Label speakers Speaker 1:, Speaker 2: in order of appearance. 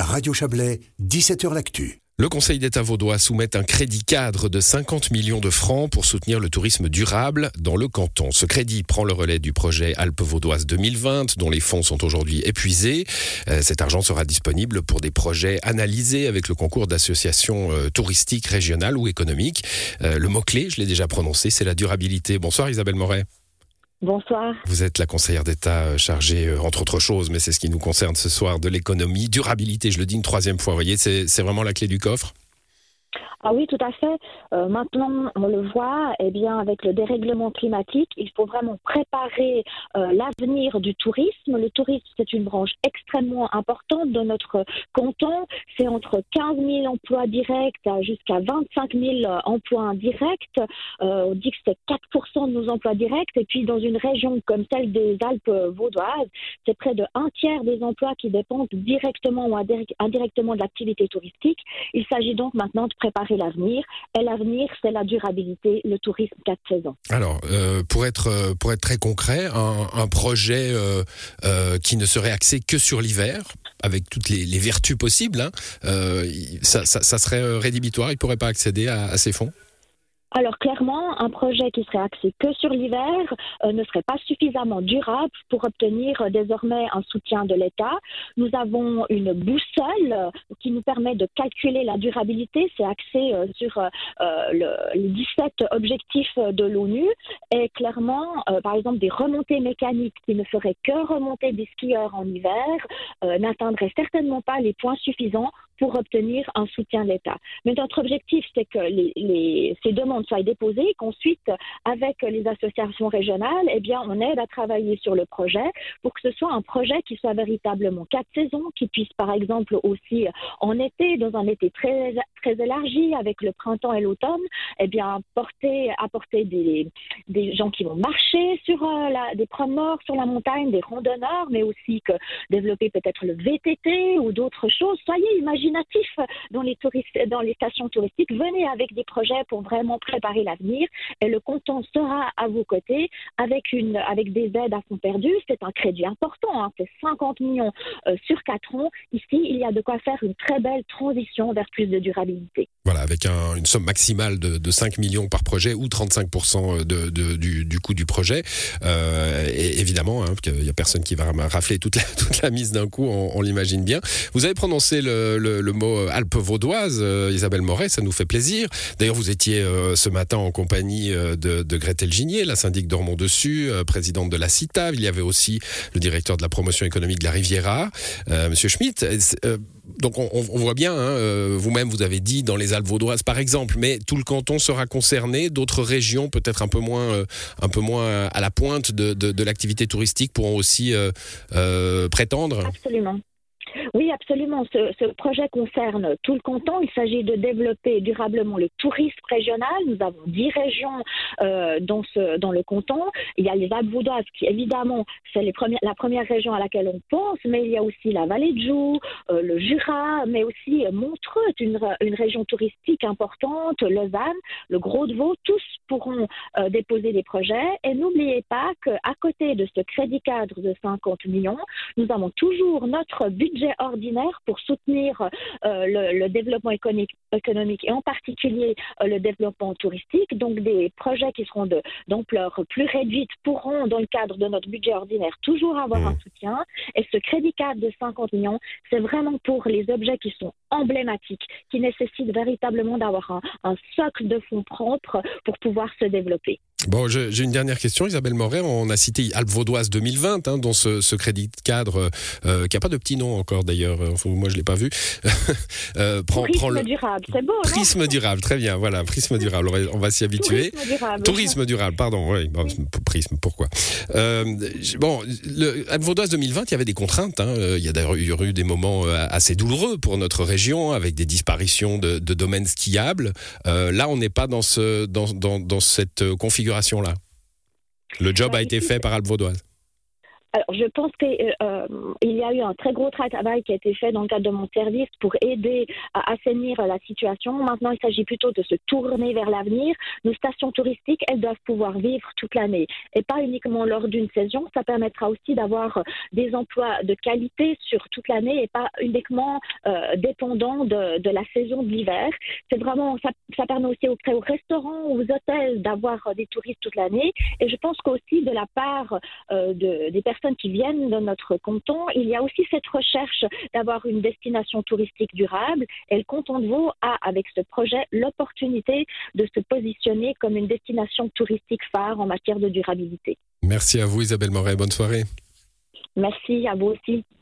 Speaker 1: Radio Chablais, 17h l'actu.
Speaker 2: Le Conseil d'État vaudois soumet un crédit cadre de 50 millions de francs pour soutenir le tourisme durable dans le canton. Ce crédit prend le relais du projet Alpes vaudoises 2020, dont les fonds sont aujourd'hui épuisés. Cet argent sera disponible pour des projets analysés avec le concours d'associations touristiques régionales ou économiques. Le mot-clé, je l'ai déjà prononcé, c'est la durabilité. Bonsoir Isabelle Moret.
Speaker 3: Bonsoir.
Speaker 2: Vous êtes la conseillère d'État chargée, entre autres choses, mais c'est ce qui nous concerne ce soir, de l'économie. Durabilité, je le dis une troisième fois, vous voyez, c'est vraiment la clé du coffre.
Speaker 3: Ah oui, tout à fait. Maintenant, on le voit, avec le dérèglement climatique, il faut vraiment préparer l'avenir du tourisme. Le tourisme, c'est une branche extrêmement importante de notre canton. C'est entre 15 000 emplois directs jusqu'à 25 000 emplois indirects. On dit que c'est 4% de nos emplois directs. Et puis, dans une région comme celle des Alpes vaudoises, c'est près de un tiers des emplois qui dépendent directement ou indirectement de l'activité touristique. Il s'agit donc maintenant de préparer l'avenir. Et l'avenir, c'est la durabilité, le tourisme 4 saisons.
Speaker 2: Alors, pour être très concret, un projet qui ne serait axé que sur l'hiver, avec toutes les vertus possibles, ça serait rédhibitoire, il ne pourrait pas accéder à ces fonds ?
Speaker 3: Alors clairement, un projet qui serait axé que sur l'hiver ne serait pas suffisamment durable pour obtenir désormais un soutien de l'État. Nous avons une boussole qui nous permet de calculer la durabilité. C'est axé sur les 17 objectifs de l'ONU. Et clairement, par exemple, des remontées mécaniques qui ne feraient que remonter des skieurs en hiver n'atteindraient certainement pas les points suffisants pour obtenir un soutien de l'État. Mais notre objectif, c'est que ces demandes soient déposées et qu'ensuite, avec les associations régionales, on aide à travailler sur le projet pour que ce soit un projet qui soit véritablement 4 saisons, qui puisse par exemple aussi en été, dans un été très, très élargi, avec le printemps et l'automne, apporter des gens qui vont marcher sur des promeneurs sur la montagne, des randonneurs, mais aussi que développer peut-être le VTT ou d'autres choses. Soyez imaginatifs dans les stations touristiques. Venez avec des projets pour vraiment préparer l'avenir et le canton sera à vos côtés avec des aides à fonds perdus. C'est un crédit important, c'est 50 millions sur 4 ans. Ici, il y a de quoi faire une très belle transition vers plus de durabilité.
Speaker 2: Voilà, avec une somme maximale de 5 millions par projet ou 35% du coût du projet. Et évidemment, il n'y a personne qui va rafler toute la mise d'un coup, on l'imagine bien. Vous avez prononcé le mot Alpes vaudoises, Isabelle Moret, ça nous fait plaisir. D'ailleurs, vous étiez ce matin en compagnie de Gretel Ginier, la syndic d'Ormont-Dessus, présidente de la CITAV. Il y avait aussi le directeur de la promotion économique de la Riviera, Monsieur Schmitt. Donc on voit bien, vous-même vous avez dit dans les Alpes vaudoises par exemple, mais tout le canton sera concerné, d'autres régions peut-être un peu moins à la pointe de l'activité touristique pourront aussi prétendre.
Speaker 3: Absolument. Oui, absolument. Ce projet concerne tout le canton. Il s'agit de développer durablement le tourisme régional. Nous avons 10 régions dans le canton. Il y a les Alpes vaudoises qui, évidemment, c'est la première région à laquelle on pense, mais il y a aussi la Vallée de Joux, le Jura, mais aussi Montreux, une région touristique importante, Lausanne, le Gros-de-Vaud. Tous pourront déposer des projets. Et n'oubliez pas qu'à côté de ce crédit cadre de 50 millions, nous avons toujours notre budget ordinaire pour soutenir le développement économique et en particulier le développement touristique. Donc des projets qui seront d'ampleur plus réduite pourront, dans le cadre de notre budget ordinaire, toujours avoir un soutien. Et ce crédit cadre de 50 millions, c'est vraiment pour les objets qui sont emblématiques, qui nécessitent véritablement d'avoir un socle de fonds propres pour pouvoir se développer.
Speaker 2: Bon, j'ai une dernière question, Isabelle Moret. On a cité Alpes vaudoises 2020, dont ce crédit cadre, qui n'a pas de petit nom encore d'ailleurs, moi je ne l'ai pas vu.
Speaker 3: Prisme durable, c'est beau, non ?
Speaker 2: Prisme durable, très bien, voilà, prisme durable, on va s'y habituer. Tourisme durable, pardon, oui. Prisme, pourquoi le Alpes vaudoises 2020, il y avait des contraintes. Il y a d'ailleurs eu des moments assez douloureux pour notre région, avec des disparitions de domaines skiables. Là, on n'est pas dans cette configuration-là. Le job a été fait par Alpes vaudoises.
Speaker 3: Alors, je pense qu'il y a eu un très gros travail qui a été fait dans le cadre de mon service pour aider à assainir la situation. Maintenant, il s'agit plutôt de se tourner vers l'avenir. Nos stations touristiques, elles doivent pouvoir vivre toute l'année et pas uniquement lors d'une saison. Ça permettra aussi d'avoir des emplois de qualité sur toute l'année et pas uniquement dépendant de la saison de l'hiver. C'est vraiment, ça permet aussi aux restaurants, aux hôtels d'avoir des touristes toute l'année. Et je pense qu'aussi de la part des personnes qui viennent de notre canton, il y a aussi cette recherche d'avoir une destination touristique durable. Et le canton de Vaud a, avec ce projet, l'opportunité de se positionner comme une destination touristique phare en matière de durabilité.
Speaker 2: Merci à vous Isabelle Moret, bonne soirée.
Speaker 3: Merci à vous aussi.